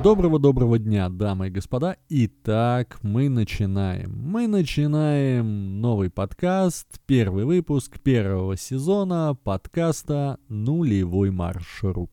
Доброго дня, дамы и господа. Итак, мы начинаем. Мы начинаем новый подкаст, первый выпуск первого сезона подкаста «Нулевой маршрут».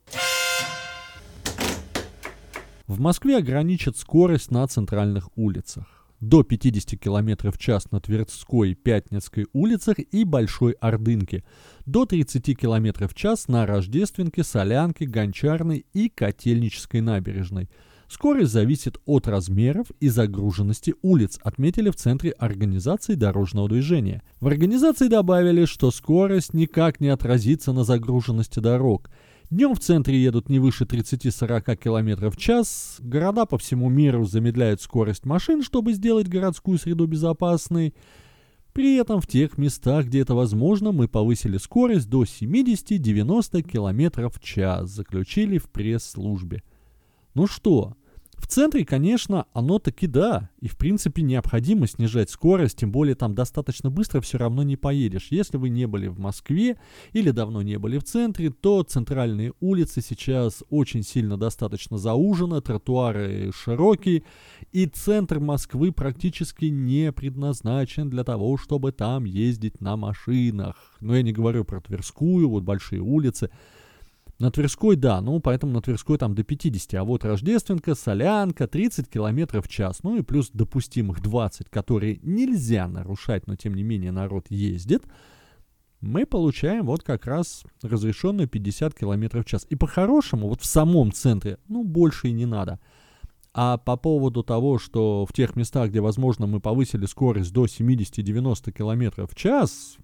В Москве ограничат скорость на центральных улицах. До 50 км в час на Тверской, Пятницкой улицах и Большой Ордынке. До 30 км в час на Рождественке, Солянке, Гончарной и Котельнической набережной. Скорость зависит от размеров и загруженности улиц, отметили в Центре организации дорожного движения. В организации добавили, что скорость никак не отразится на загруженности дорог. Днем в центре едут не выше 30-40 км в час. Города по всему миру замедляют скорость машин, чтобы сделать городскую среду безопасной. При этом в тех местах, где это возможно, мы повысили скорость до 70-90 км в час, заключили в пресс-службе. Ну что, в центре, конечно, оно таки да, и в принципе необходимо снижать скорость, тем более там достаточно быстро все равно не поедешь. Если вы не были в Москве или давно не были в центре, то центральные улицы сейчас очень сильно достаточно заужены, тротуары широкие, и центр Москвы практически не предназначен для того, чтобы там ездить на машинах. Но я не говорю про Тверскую, вот большие улицы. На Тверской, да, поэтому на Тверской там до 50, а вот Рождественка, Солянка, 30 км в час, и плюс допустимых 20, которые нельзя нарушать, но тем не менее народ ездит, мы получаем вот как раз разрешенную 50 км в час. И по-хорошему, вот в самом центре, больше и не надо. А по поводу того, что в тех местах, где возможно, мы повысили скорость до 70-90 км в час,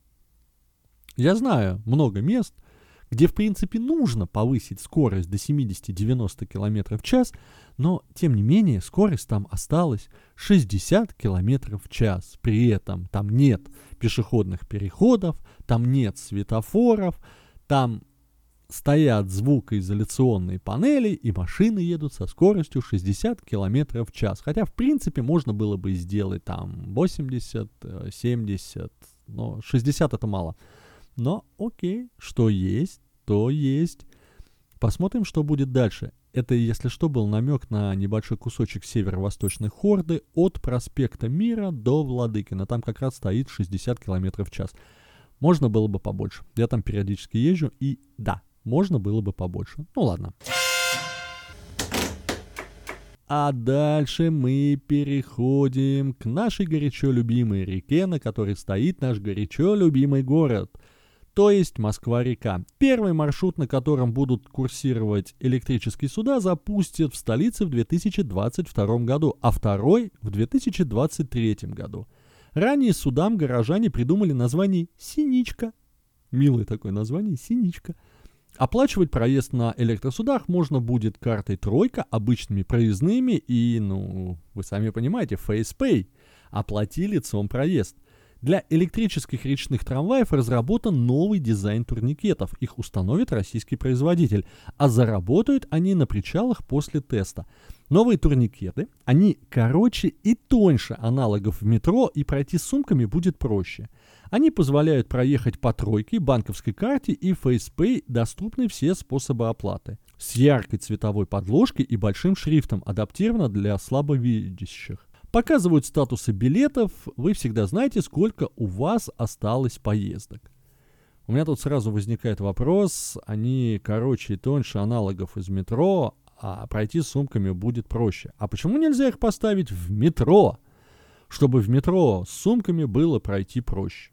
я знаю много мест, где, в принципе, нужно повысить скорость до 70-90 км в час, но, тем не менее, скорость там осталась 60 км в час. При этом там нет пешеходных переходов, там нет светофоров, там стоят звукоизоляционные панели, и машины едут со скоростью 60 км в час. Хотя, в принципе, можно было бы сделать там 80, 70, но 60 это мало. Но окей, что есть, то есть. Посмотрим, что будет дальше. Это, если что, был намек на небольшой кусочек северо-восточной хорды от проспекта Мира до Владыкина. Там как раз стоит 60 км в час. Можно было бы побольше. Я там периодически езжу, и да, можно было бы побольше. Ладно. А дальше мы переходим к нашей горячо любимой реке, на которой стоит наш горячо любимый город. То есть Москва-река. Первый маршрут, на котором будут курсировать электрические суда, запустят в столице в 2022 году, а второй в 2023 году. Ранее судам горожане придумали название «Синичка». Милое такое название «Синичка». Оплачивать проезд на электросудах можно будет картой «Тройка», обычными проездными и, вы сами понимаете, FacePay. Оплати лицом проезд. Для электрических речных трамваев разработан новый дизайн турникетов. Их установит российский производитель, а заработают они на причалах после теста. Новые турникеты, они короче и тоньше аналогов в метро, и пройти с сумками будет проще. Они позволяют проехать по тройке, банковской карте и FacePay, доступны все способы оплаты. С яркой цветовой подложкой и большим шрифтом, адаптировано для слабовидящих. Показывают статусы билетов, вы всегда знаете, сколько у вас осталось поездок. У меня тут сразу возникает вопрос, они короче и тоньше аналогов из метро, а пройти с сумками будет проще. А почему нельзя их поставить в метро, чтобы в метро с сумками было пройти проще?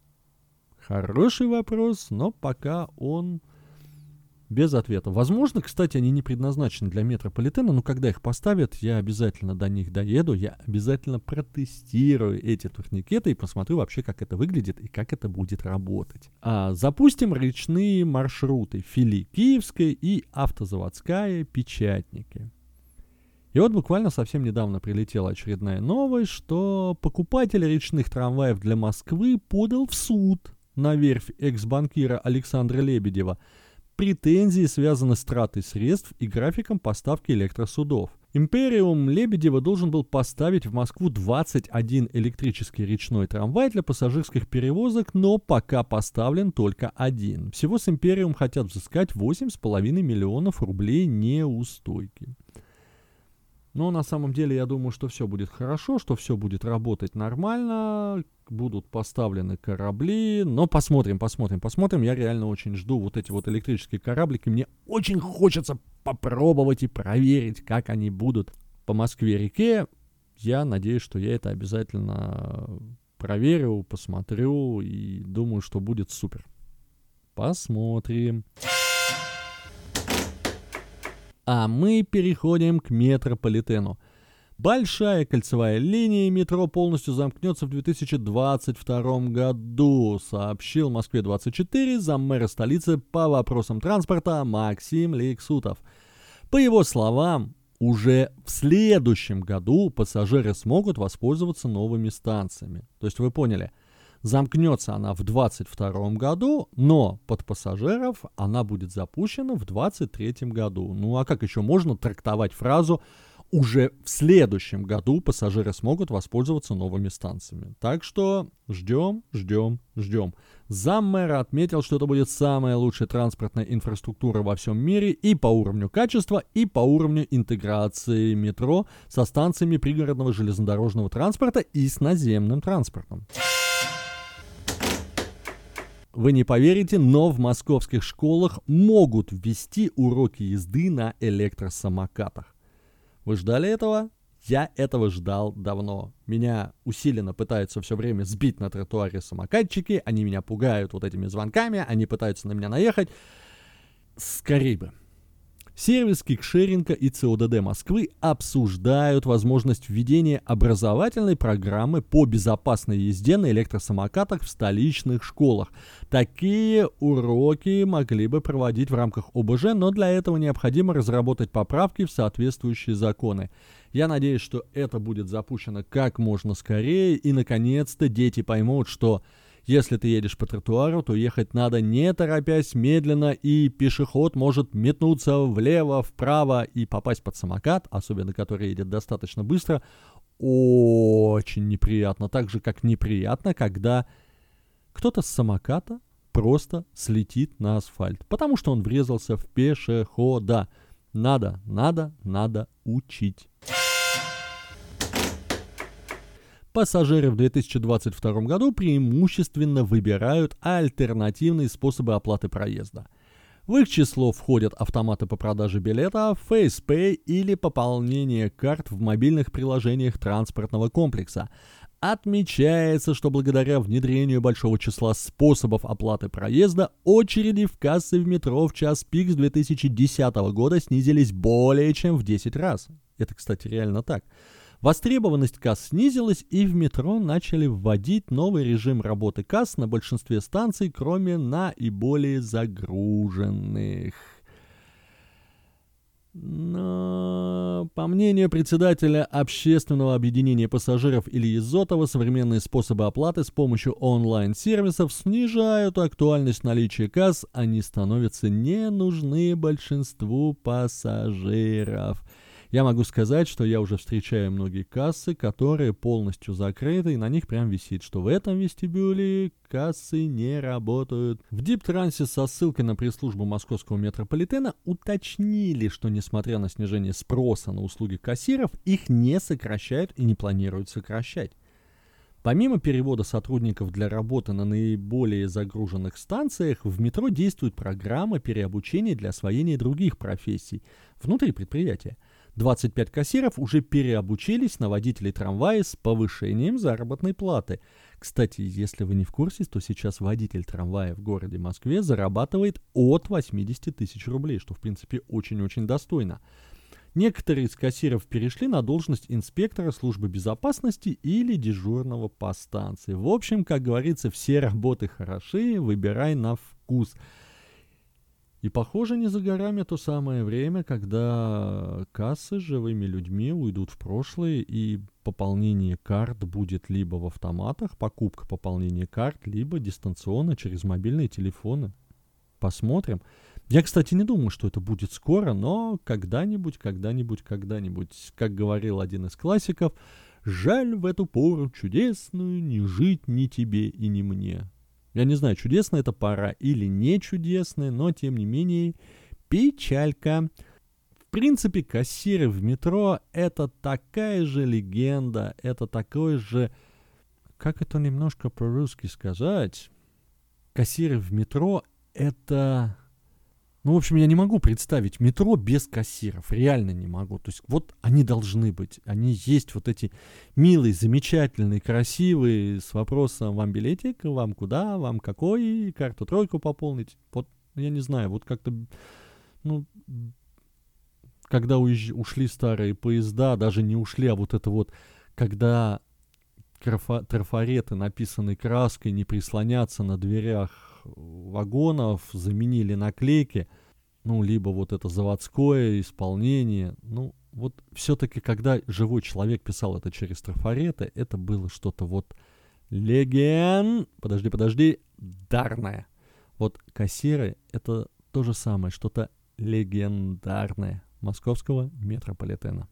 Хороший вопрос, но пока он без ответа. Возможно, кстати, они не предназначены для метрополитена, но когда их поставят, я обязательно до них доеду, я обязательно протестирую эти турникеты и посмотрю вообще, как это выглядит и как это будет работать. Запустим речные маршруты Фили Киевская и Автозаводская Печатники. И вот буквально совсем недавно прилетела очередная новость, что покупатель речных трамваев для Москвы подал в суд на верфь экс-банкира Александра Лебедева. Претензии связаны с тратой средств и графиком поставки электросудов. Империум Лебедева должен был поставить в Москву 21 электрический речной трамвай для пассажирских перевозок, но пока поставлен только один. Всего с Империум хотят взыскать 8,5 миллионов рублей неустойки. Но на самом деле я думаю, что все будет хорошо, что все будет работать нормально, будут поставлены корабли, но посмотрим. Я реально очень жду вот эти вот электрические кораблики. Мне очень хочется попробовать и проверить, как они будут по Москве-реке. Я надеюсь, что я это обязательно проверю, посмотрю и думаю, что будет супер. Посмотрим. А мы переходим к метрополитену. Большая кольцевая линия метро полностью замкнется в 2022 году, сообщил Москве-24 заммэра столицы по вопросам транспорта Максим Лейксутов. По его словам, уже в следующем году пассажиры смогут воспользоваться новыми станциями. То есть вы поняли, замкнется она в 2022 году, но под пассажиров она будет запущена в 2023 году. Ну а как еще можно трактовать фразу «уже в следующем году пассажиры смогут воспользоваться новыми станциями»? Так что ждем. Заммэра отметил, что это будет самая лучшая транспортная инфраструктура во всем мире и по уровню качества, и по уровню интеграции метро со станциями пригородного железнодорожного транспорта и с наземным транспортом. Вы не поверите, но в московских школах могут ввести уроки езды на электросамокатах. Вы ждали этого? Я этого ждал давно. Меня усиленно пытаются все время сбить на тротуаре самокатчики, они меня пугают вот этими звонками, они пытаются на меня наехать. Скорей бы. Сервис кикшеринга и ЦОДД Москвы обсуждают возможность введения образовательной программы по безопасной езде на электросамокатах в столичных школах. Такие уроки могли бы проводить в рамках ОБЖ, но для этого необходимо разработать поправки в соответствующие законы. Я надеюсь, что это будет запущено как можно скорее, и наконец-то дети поймут, что если ты едешь по тротуару, то ехать надо не торопясь, медленно, и пешеход может метнуться влево, вправо и попасть под самокат, особенно который едет достаточно быстро. Очень неприятно. Так же, как неприятно, когда кто-то с самоката просто слетит на асфальт, потому что он врезался в пешехода. Надо учить. Пассажиры в 2022 году преимущественно выбирают альтернативные способы оплаты проезда. В их число входят автоматы по продаже билета, FacePay или пополнение карт в мобильных приложениях транспортного комплекса. Отмечается, что благодаря внедрению большого числа способов оплаты проезда очереди в кассы в метро в час пик с 2010 года снизились более чем в 10 раз. Это, кстати, реально так. Востребованность касс снизилась, и в метро начали вводить новый режим работы касс на большинстве станций, кроме наиболее загруженных. Но, по мнению председателя общественного объединения пассажиров Ильи Зотова, современные способы оплаты с помощью онлайн-сервисов снижают актуальность наличия касс, они становятся не нужны большинству пассажиров. Я могу сказать, что я уже встречаю многие кассы, которые полностью закрыты, и на них прям висит, что в этом вестибюле кассы не работают. В Диптрансе со ссылкой на пресс-службу московского метрополитена уточнили, что несмотря на снижение спроса на услуги кассиров, их не сокращают и не планируют сокращать. Помимо перевода сотрудников для работы на наиболее загруженных станциях, в метро действует программа переобучения для освоения других профессий внутри предприятия. 25 кассиров уже переобучились на водителей трамвая с повышением заработной платы. Кстати, если вы не в курсе, то сейчас водитель трамвая в городе Москве зарабатывает от 80 тысяч рублей, что в принципе очень-очень достойно. Некоторые из кассиров перешли на должность инспектора службы безопасности или дежурного по станции. В общем, как говорится, все работы хороши, выбирай на вкус. И, похоже, не за горами то самое время, когда кассы с живыми людьми уйдут в прошлое, и пополнение карт будет либо в автоматах, покупка пополнения карт, либо дистанционно через мобильные телефоны. Посмотрим. Я, кстати, не думаю, что это будет скоро, но когда-нибудь. Как говорил один из классиков, «Жаль в эту пору чудесную не жить ни тебе и ни мне». Я не знаю, чудесная эта пора или не чудесная, но, тем не менее, печалька. принципе, кассиры в метро — это такая же легенда, это такое же... Как это немножко по-русски сказать? Кассиры в метро — это... Ну, в общем, я не могу представить метро без кассиров, реально не могу. То есть вот они должны быть, они есть вот эти милые, замечательные, красивые, с вопросом: вам билетик, вам куда, вам какой, карту тройку пополнить. Вот, я не знаю, вот как-то, ну, когда ушли старые поезда, даже не ушли, а вот это вот, когда трафареты, написанные краской, не прислонятся на дверях вагонов, заменили наклейки, ну, либо вот это заводское исполнение, ну, вот все-таки, когда живой человек писал это через трафареты, это было что-то вот дарное. Вот кассиры — это то же самое, что-то легендарное московского метрополитена.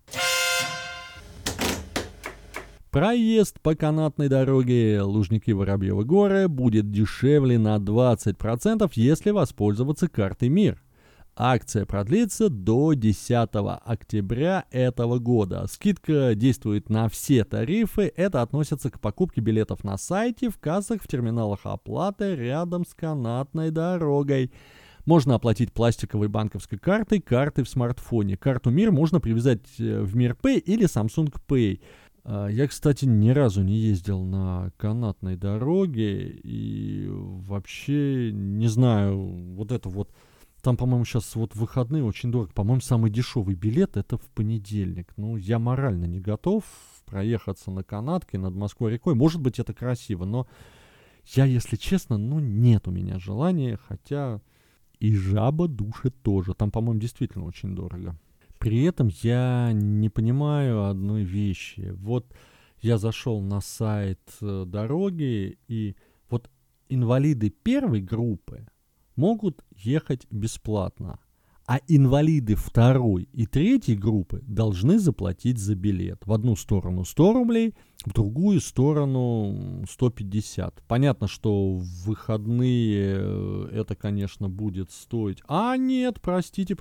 Проезд по канатной дороге Лужники-Воробьевы горы будет дешевле на 20%, если воспользоваться картой МИР. Акция продлится до 10 октября этого года. Скидка действует на все тарифы. Это относится к покупке билетов на сайте, в кассах, в терминалах оплаты рядом с канатной дорогой. Можно оплатить пластиковой банковской картой в смартфоне. Карту МИР можно привязать в МИР Pay или Samsung Pay. Я, кстати, ни разу не ездил на канатной дороге и вообще не знаю, вот это вот, там, по-моему, сейчас вот выходные очень дорого. По-моему, самый дешевый билет — это в понедельник. Ну, я морально не готов проехаться на канатке над Москвой-рекой. Может быть, это красиво, но я, если честно, ну, нет у меня желания, хотя и жаба душит тоже. Там, по-моему, действительно очень дорого. При этом я не понимаю одной вещи. Вот я зашел на сайт дороги, и вот инвалиды первой группы могут ехать бесплатно, а инвалиды второй и третьей группы должны заплатить за билет. В одну сторону 100 рублей, в другую сторону 150. Понятно, что в выходные это, конечно, будет стоить... А нет, простите.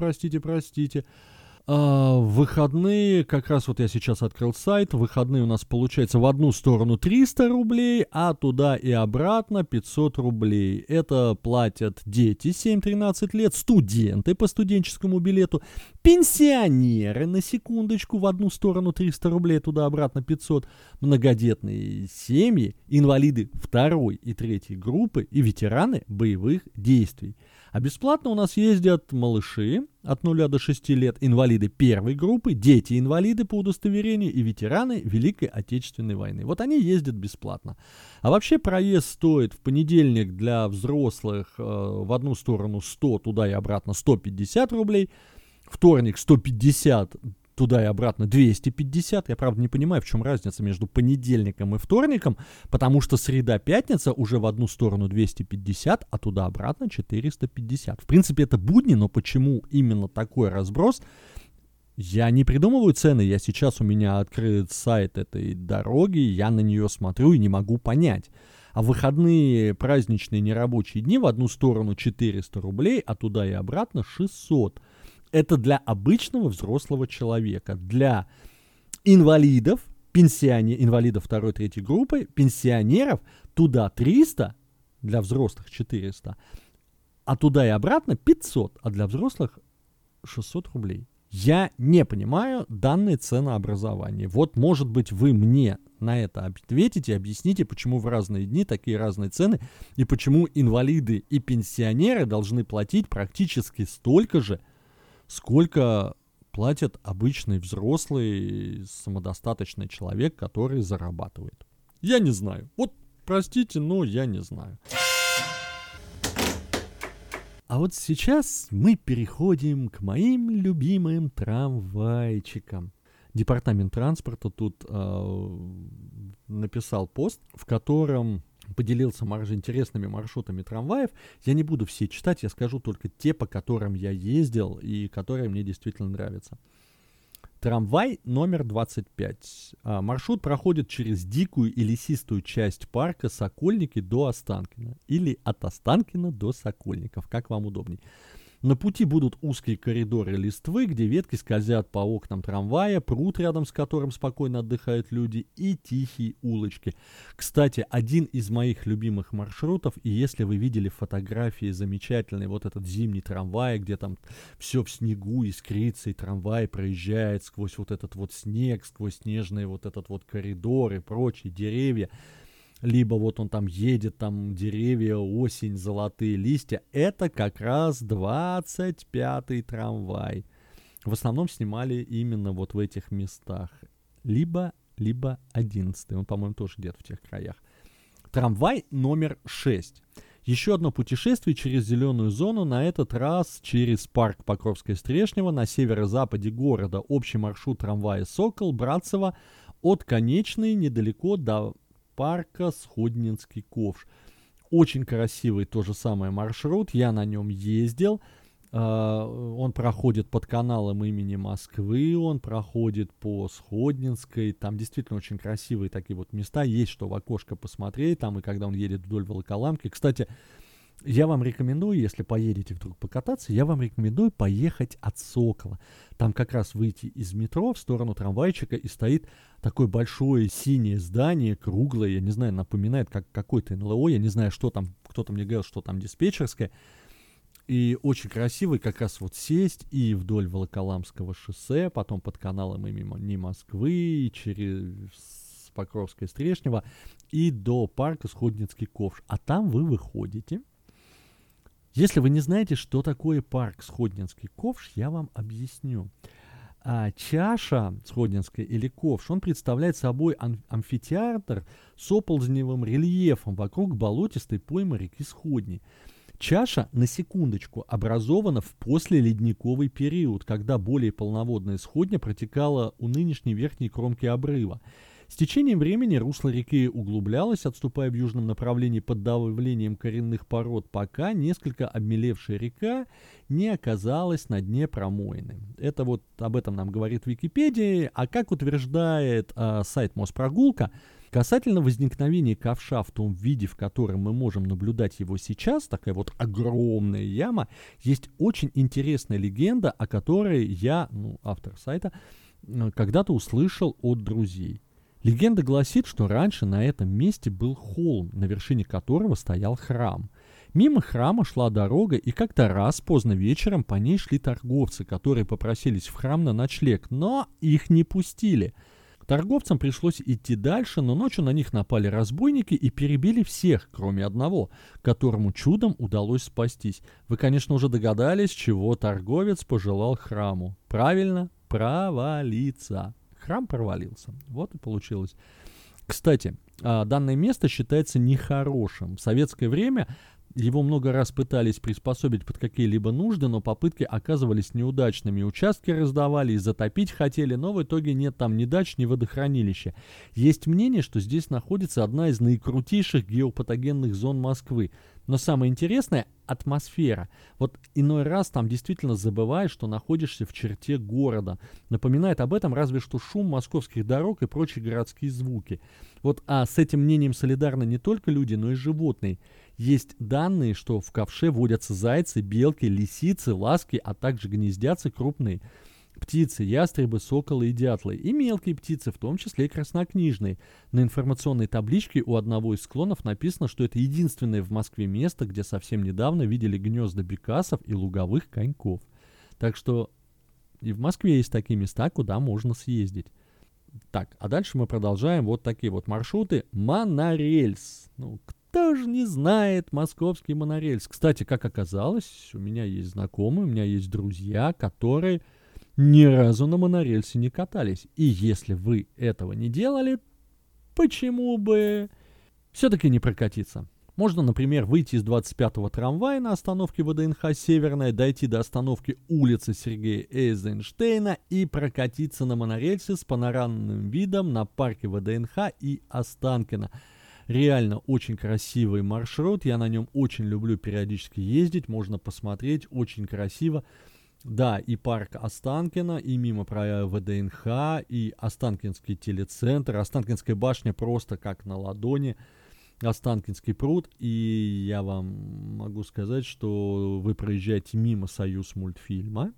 В выходные, как раз вот я сейчас открыл сайт, в выходные у нас получается в одну сторону 300 рублей, а туда и обратно 500 рублей. Это платят дети 7-13 лет, студенты по студенческому билету, пенсионеры, на секундочку, в одну сторону 300 рублей, туда-обратно 500, многодетные семьи, инвалиды второй и третьей группы и ветераны боевых действий. А бесплатно у нас ездят малыши от 0 до 6 лет, инвалиды первой группы, дети-инвалиды по удостоверению и ветераны Великой Отечественной войны. Вот они ездят бесплатно. А вообще проезд стоит в понедельник для взрослых в одну сторону 100, туда и обратно 150 рублей, вторник 150, туда и обратно 250. Я, правда, не понимаю, в чем разница между понедельником и вторником, потому что среда-пятница уже в одну сторону 250, а туда-обратно 450. В принципе, это будни, но почему именно такой разброс? Я не придумываю цены, у меня открыт сайт этой дороги, я на нее смотрю и не могу понять. А в выходные, праздничные, нерабочие дни в одну сторону 400 рублей, а туда и обратно 600. Это для обычного взрослого человека. Для инвалидов, инвалидов 2-3 группы, пенсионеров туда 300, для взрослых 400, а туда и обратно 500, а для взрослых 600 рублей. Я не понимаю данное ценообразование. Вот, может быть, вы мне на это ответите, объясните, почему в разные дни такие разные цены, и почему инвалиды и пенсионеры должны платить практически столько же, сколько платит обычный взрослый самодостаточный человек, который зарабатывает. Я не знаю. Вот, простите, но я не знаю. А вот сейчас мы переходим к моим любимым трамвайчикам. Департамент транспорта тут написал пост, в котором поделился интересными маршрутами трамваев. Я не буду все читать, я скажу только те, по которым я ездил и которые мне действительно нравятся. Трамвай номер 25. Маршрут проходит через дикую и лесистую часть парка Сокольники до Останкино. Или от Останкино до Сокольников, как вам удобней. На пути будут узкие коридоры листвы, где ветки скользят по окнам трамвая, пруд, рядом с которым спокойно отдыхают люди, и тихие улочки. Кстати, один из моих любимых маршрутов, и если вы видели фотографии замечательные, вот этот зимний трамвай, где там все в снегу искрится, и трамвай проезжает сквозь вот этот вот снег, сквозь снежный вот этот вот коридор и прочие деревья, либо вот он там едет, там деревья, осень, золотые листья. Это как раз 25-й трамвай. В основном снимали именно вот в этих местах. Либо 11-й. Он, по-моему, тоже где-то в тех краях. Трамвай номер 6. Еще одно путешествие через зеленую зону, на этот раз через парк Покровское-Стрешнево на северо-западе города. Общий маршрут трамвая «Сокол», Братцево, от Конечной недалеко до парка Сходнинский ковш. Очень красивый тоже самый маршрут, я на нем ездил. Он проходит под каналом имени Москвы, он проходит по Сходнинской, там действительно очень красивые такие вот места, есть что в окошко посмотреть, там и когда он едет вдоль Волоколамки. Кстати, я вам рекомендую, если поедете вдруг покататься, я вам рекомендую поехать от Сокола. Там как раз выйти из метро в сторону трамвайчика, и стоит такое большое синее здание, круглое, я не знаю, напоминает как какой-то НЛО, я не знаю, что там, кто-то мне говорил, что там диспетчерская. И очень красивый как раз вот сесть и вдоль Волоколамского шоссе, потом под каналом имени Москвы, и через Покровское-Стрешнево, и до парка Сходнинский ковш. А там вы выходите. Если вы не знаете, что такое парк Сходнинский ковш, я вам объясню. Чаша Сходнинская или ковш, он представляет собой амфитеатр с оползневым рельефом вокруг болотистой поймы реки Сходни. Чаша, на секундочку, образована в послеледниковый период, когда более полноводная Сходня протекала у нынешней верхней кромки обрыва. С течением времени русло реки углублялось, отступая в южном направлении под давлением коренных пород, пока несколько обмелевшая река не оказалась на дне промоины. Это вот об этом нам говорит Википедия, а как утверждает сайт Моспрогулка, касательно возникновения ковша в том виде, в котором мы можем наблюдать его сейчас, такая вот огромная яма, есть очень интересная легенда, о которой я, автор сайта, когда-то услышал от друзей. Легенда гласит, что раньше на этом месте был холм, на вершине которого стоял храм. Мимо храма шла дорога, и как-то раз поздно вечером по ней шли торговцы, которые попросились в храм на ночлег, но их не пустили. Торговцам пришлось идти дальше, но ночью на них напали разбойники и перебили всех, кроме одного, которому чудом удалось спастись. Вы, конечно, уже догадались, чего торговец пожелал храму. Правильно, провалиться. Храм провалился. Вот и получилось. Кстати, данное место считается нехорошим. В советское время его много раз пытались приспособить под какие-либо нужды, но попытки оказывались неудачными. Участки раздавали и затопить хотели, но в итоге нет там ни дач, ни водохранилища. Есть мнение, что здесь находится одна из наикрутейших геопатогенных зон Москвы. Но самое интересное – атмосфера. Вот иной раз там действительно забываешь, что находишься в черте города. Напоминает об этом разве что шум московских дорог и прочие городские звуки. Вот, с этим мнением солидарны не только люди, но и животные. Есть данные, что в ковше водятся зайцы, белки, лисицы, ласки, а также гнездятся крупные птицы, ястребы, соколы и дятлы, и мелкие птицы, в том числе и краснокнижные. На информационной табличке у одного из склонов написано, что это единственное в Москве место, где совсем недавно видели гнезда бекасов и луговых коньков. Так что и в Москве есть такие места, куда можно съездить. Так, а дальше мы продолжаем вот такие вот маршруты. Монорельс. Кто же не знает московский монорельс? Кстати, как оказалось, у меня есть знакомые, у меня есть друзья, которые ни разу на монорельсе не катались. И если вы этого не делали, почему бы все-таки не прокатиться? Можно, например, выйти из 25-го трамвая на остановке ВДНХ «Северная», дойти до остановки улицы Сергея Эйзенштейна и прокатиться на монорельсе с панорамным видом на парке ВДНХ и Останкино. Реально очень красивый маршрут, я на нем очень люблю периодически ездить, можно посмотреть, очень красиво. Да, и парк Останкино, и мимо ВДНХ, и Останкинский телецентр, Останкинская башня просто как на ладони. Останкинский пруд, и я вам могу сказать, что вы проезжаете мимо Союзмультфильма,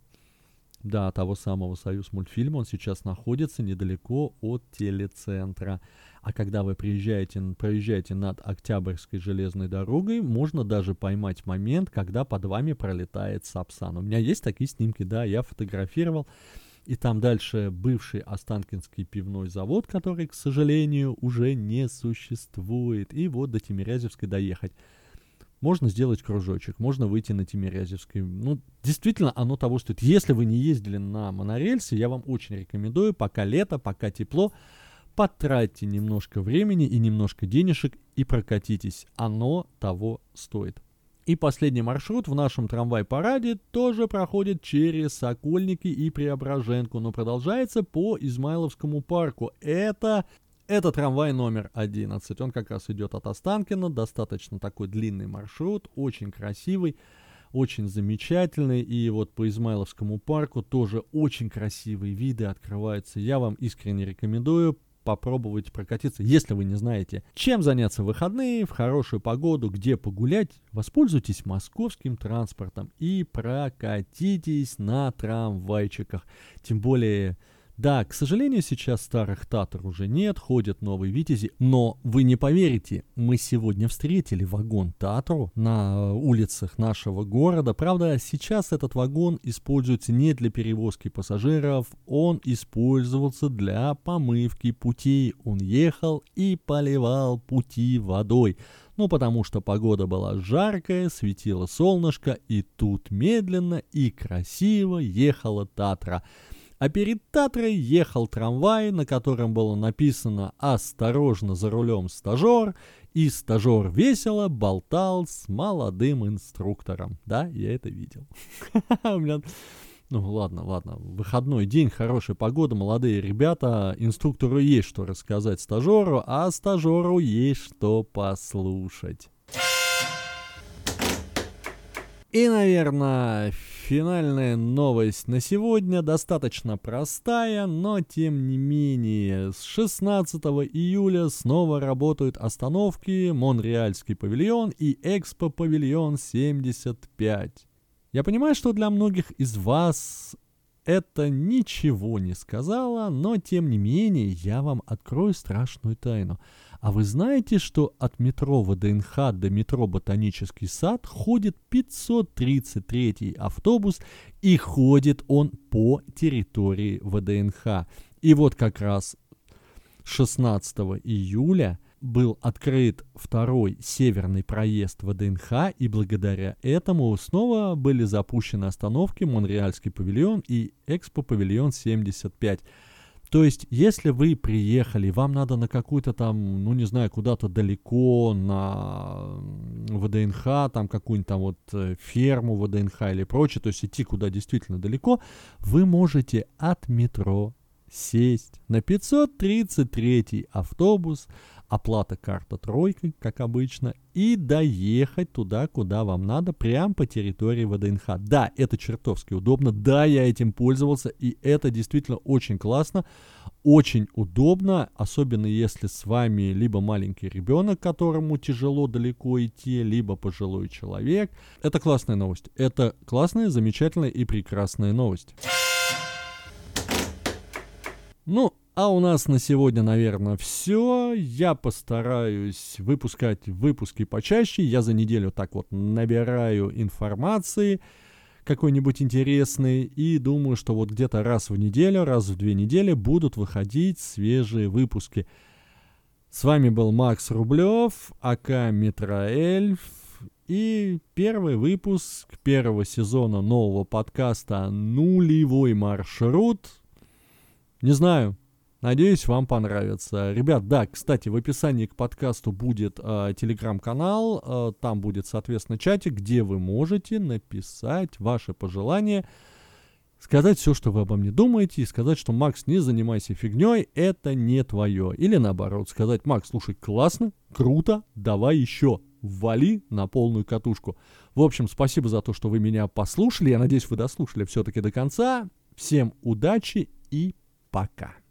да, того самого Союзмультфильма, он сейчас находится недалеко от телецентра. А когда вы проезжаете над Октябрьской железной дорогой, можно даже поймать момент, когда под вами пролетает Сапсан. У меня есть такие снимки, да, я фотографировал. И там дальше бывший Останкинский пивной завод, который, к сожалению, уже не существует. И вот до Тимирязевской доехать. Можно сделать кружочек, можно выйти на Тимирязевской. Ну, действительно, оно того стоит. Если вы не ездили на монорельсе, я вам очень рекомендую, пока лето, пока тепло, потратьте немножко времени и немножко денежек и прокатитесь. Оно того стоит. И последний маршрут в нашем трамвай-параде тоже проходит через Сокольники и Преображенку, но продолжается по Измайловскому парку. Это трамвай номер 11. Он как раз идет от Останкина, достаточно такой длинный маршрут, очень красивый, очень замечательный. И вот по Измайловскому парку тоже очень красивые виды открываются. Я вам искренне рекомендую попробовать прокатиться. Если вы не знаете, чем заняться в выходные, в хорошую погоду, где погулять, воспользуйтесь московским транспортом и прокатитесь на трамвайчиках. Тем более, да, к сожалению, сейчас старых Татр уже нет, ходят новые Витязи, но вы не поверите, мы сегодня встретили вагон Татру на улицах нашего города. Правда, сейчас этот вагон используется не для перевозки пассажиров, он использовался для помывки путей. Он ехал и поливал пути водой. Ну, потому что погода была жаркая, светило солнышко, и тут медленно и красиво ехала Татра. А перед Татрой ехал трамвай, на котором было написано «Осторожно, за рулем стажер», и стажер весело болтал с молодым инструктором. Да, я это видел. Ну ладно, выходной день, хорошая погода, молодые ребята, инструктору есть что рассказать стажеру, а стажеру есть что послушать. И, наверное, финальная новость на сегодня достаточно простая, но тем не менее. С 16 июля снова работают остановки Монреальский павильон и Экспо-павильон 75. Я понимаю, что для многих из вас это ничего не сказала, но тем не менее я вам открою страшную тайну. А вы знаете, что от метро ВДНХ до метро Ботанический сад ходит 533-й автобус, и ходит он по территории ВДНХ. И вот как раз 16 июля был открыт второй северный проезд ВДНХ, и благодаря этому снова были запущены остановки Монреальский павильон и Экспо-павильон 75. То есть, если вы приехали, вам надо на какую-то там, ну не знаю, куда-то далеко, на ВДНХ, там какую-нибудь там вот ферму ВДНХ или прочее, то есть идти куда действительно далеко, вы можете от метро сесть на 533-й автобус, оплата карта тройкой, как обычно, и доехать туда, куда вам надо, прямо по территории ВДНХ. Да, это чертовски удобно, да, я этим пользовался, и это действительно очень классно, очень удобно, особенно если с вами либо маленький ребенок, которому тяжело далеко идти, либо пожилой человек. Это классная новость, это классная, замечательная и прекрасная новость. Ну, а у нас на сегодня, наверное, все. Я постараюсь выпускать выпуски почаще. Я за неделю так вот набираю информации какой-нибудь интересной. И думаю, что вот где-то раз в неделю, раз в 2 недели будут выходить свежие выпуски. С вами был Макс Рублев, АК Метроэльф. И первый выпуск первого сезона нового подкаста «Нулевой маршрут». Не знаю, надеюсь, вам понравится. Ребят, да, кстати, в описании к подкасту будет телеграм-канал, там будет, соответственно, чатик, где вы можете написать ваши пожелания, сказать все, что вы обо мне думаете, и сказать, что «Макс, не занимайся фигней, это не твое». Или наоборот, сказать: «Макс, слушай, классно, круто, давай еще, вали на полную катушку». В общем, спасибо за то, что вы меня послушали. Я надеюсь, вы дослушали все-таки до конца. Всем удачи и пока.